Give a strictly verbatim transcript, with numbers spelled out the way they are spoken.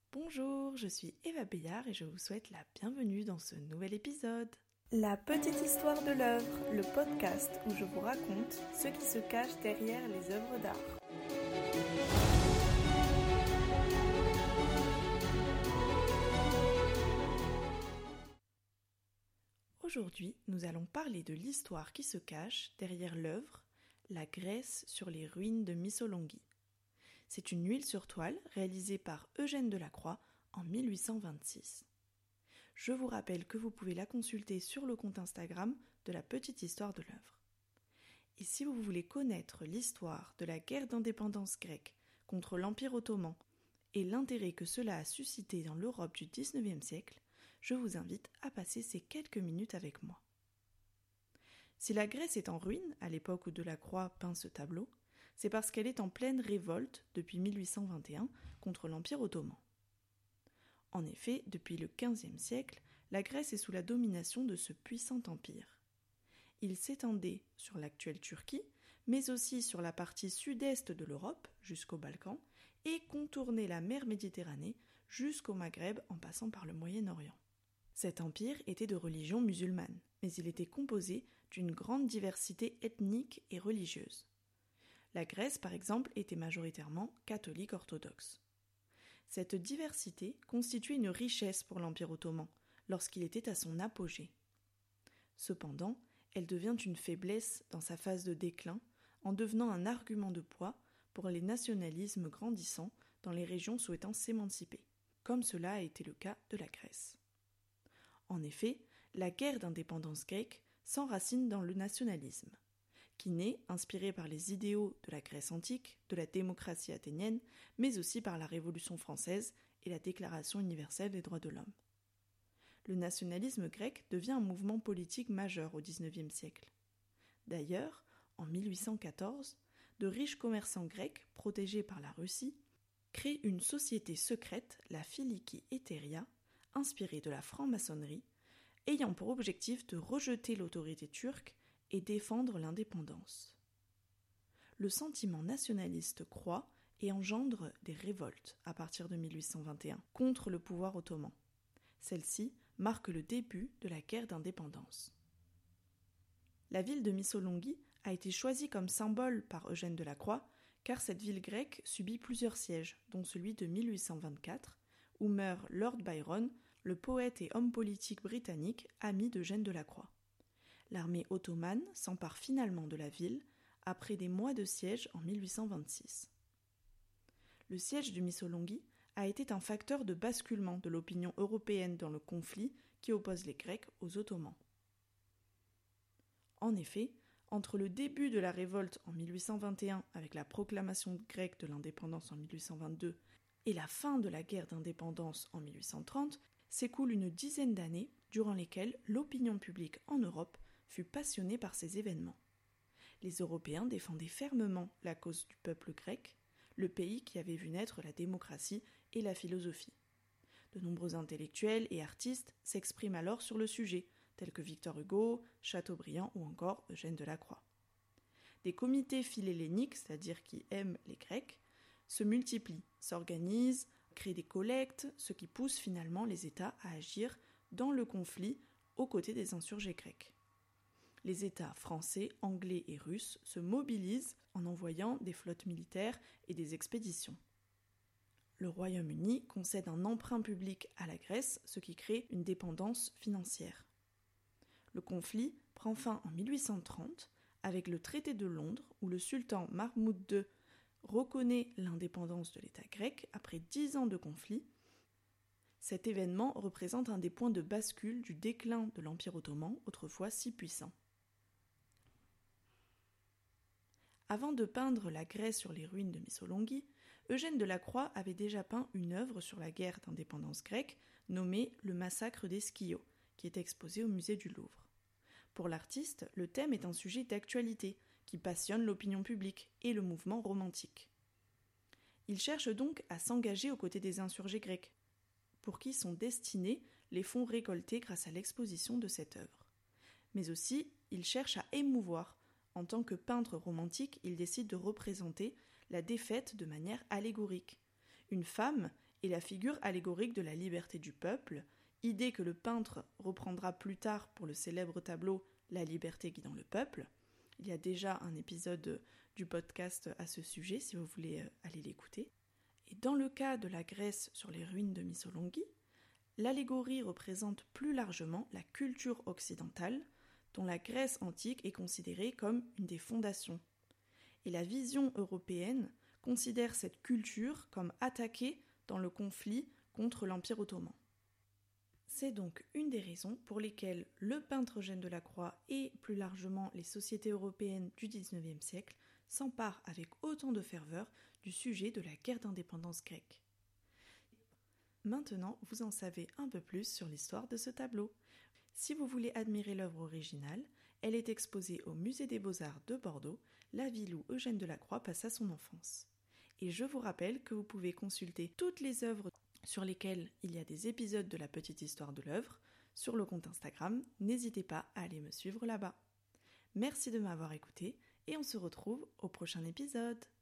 Bonjour, je suis Eva Béillard et je vous souhaite la bienvenue dans ce nouvel épisode. La petite histoire de l'œuvre, le podcast où je vous raconte ce qui se cache derrière les œuvres d'art. Aujourd'hui, nous allons parler de l'histoire qui se cache derrière l'œuvre La Grèce sur les ruines de Missolonghi. C'est une huile sur toile réalisée par Eugène Delacroix en mille huit cent vingt-six. Je vous rappelle que vous pouvez la consulter sur le compte Instagram de la petite histoire de l'œuvre. Et si vous voulez connaître l'histoire de la guerre d'indépendance grecque contre l'Empire ottoman et l'intérêt que cela a suscité dans l'Europe du dix-neuvième siècle, je vous invite à passer ces quelques minutes avec moi. Si la Grèce est en ruine à l'époque où Delacroix peint ce tableau, c'est parce qu'elle est en pleine révolte depuis mille huit cent vingt et un contre l'Empire ottoman. En effet, depuis le quinzième siècle, la Grèce est sous la domination de ce puissant empire. Il s'étendait sur l'actuelle Turquie, mais aussi sur la partie sud-est de l'Europe, jusqu'aux Balkans, et contournait la mer Méditerranée jusqu'au Maghreb en passant par le Moyen-Orient. Cet empire était de religion musulmane, mais il était composé d'une grande diversité ethnique et religieuse. La Grèce, par exemple, était majoritairement catholique orthodoxe. Cette diversité constituait une richesse pour l'Empire ottoman lorsqu'il était à son apogée. Cependant, elle devient une faiblesse dans sa phase de déclin en devenant un argument de poids pour les nationalismes grandissants dans les régions souhaitant s'émanciper, comme cela a été le cas de la Grèce. En effet, la guerre d'indépendance grecque s'enracine dans le nationalisme, qui naît inspiré par les idéaux de la Grèce antique, de la démocratie athénienne, mais aussi par la Révolution française et la Déclaration universelle des droits de l'homme. Le nationalisme grec devient un mouvement politique majeur au dix-neuvième siècle. D'ailleurs, en mille huit cent quatorze, de riches commerçants grecs, protégés par la Russie, créent une société secrète, la Philiki Eteria, inspirée de la franc-maçonnerie, ayant pour objectif de rejeter l'autorité turque et défendre l'indépendance. Le sentiment nationaliste croît et engendre des révoltes à partir de mille huit cent vingt et un contre le pouvoir ottoman. Celle-ci marque le début de la guerre d'indépendance. La ville de Missolonghi a été choisie comme symbole par Eugène Delacroix car cette ville grecque subit plusieurs sièges, dont celui de mille huit cent vingt-quatre, où meurt Lord Byron, le poète et homme politique britannique ami d'Eugène Delacroix. L'armée ottomane s'empare finalement de la ville après des mois de siège en mille huit cent vingt-six. Le siège de Missolonghi a été un facteur de basculement de l'opinion européenne dans le conflit qui oppose les Grecs aux Ottomans. En effet, entre le début de la révolte en mille huit cent vingt et un avec la proclamation grecque de l'indépendance en mille huit cent vingt-deux et la fin de la guerre d'indépendance en mille huit cent trente, s'écoule une dizaine d'années durant lesquelles l'opinion publique en Europe fut passionnée par ces événements. Les Européens défendaient fermement la cause du peuple grec, le pays qui avait vu naître la démocratie et la philosophie. De nombreux intellectuels et artistes s'expriment alors sur le sujet, tels que Victor Hugo, Chateaubriand ou encore Eugène Delacroix. Des comités philhelléniques, c'est-à-dire qui aiment les Grecs, se multiplient, s'organisent, créent des collectes, ce qui pousse finalement les États à agir dans le conflit aux côtés des insurgés grecs. Les États français, anglais et russes se mobilisent en envoyant des flottes militaires et des expéditions. Le Royaume-Uni concède un emprunt public à la Grèce, ce qui crée une dépendance financière. Le conflit prend fin en mille huit cent trente avec le traité de Londres où le sultan Mahmoud deux reconnaît l'indépendance de l'État grec après dix ans de conflit. Cet événement représente un des points de bascule du déclin de l'Empire ottoman, autrefois si puissant. Avant de peindre la Grèce sur les ruines de Missolonghi, Eugène Delacroix avait déjà peint une œuvre sur la guerre d'indépendance grecque nommée Le massacre des Sciaux, qui est exposée au musée du Louvre. Pour l'artiste, le thème est un sujet d'actualité qui passionne l'opinion publique et le mouvement romantique. Il cherche donc à s'engager aux côtés des insurgés grecs, pour qui sont destinés les fonds récoltés grâce à l'exposition de cette œuvre. Mais aussi, il cherche à émouvoir. En tant que peintre romantique, il décide de représenter la défaite de manière allégorique. Une femme et la figure allégorique de la liberté du peuple, idée que le peintre reprendra plus tard pour le célèbre tableau « La liberté guidant le peuple ». Il y a déjà un épisode du podcast à ce sujet, si vous voulez aller l'écouter. Et dans le cas de la Grèce sur les ruines de Missolonghi, l'allégorie représente plus largement la culture occidentale, dont la Grèce antique est considérée comme une des fondations. Et la vision européenne considère cette culture comme attaquée dans le conflit contre l'Empire ottoman. C'est donc une des raisons pour lesquelles le peintre Eugène Delacroix et plus largement les sociétés européennes du dix-neuvième siècle s'emparent avec autant de ferveur du sujet de la guerre d'indépendance grecque. Maintenant, vous en savez un peu plus sur l'histoire de ce tableau. Si vous voulez admirer l'œuvre originale, elle est exposée au Musée des Beaux-Arts de Bordeaux, la ville où Eugène Delacroix passa son enfance. Et je vous rappelle que vous pouvez consulter toutes les œuvres sur lesquelles il y a des épisodes de la petite histoire de l'œuvre sur le compte Instagram. N'hésitez pas à aller me suivre là-bas. Merci de m'avoir écouté et on se retrouve au prochain épisode.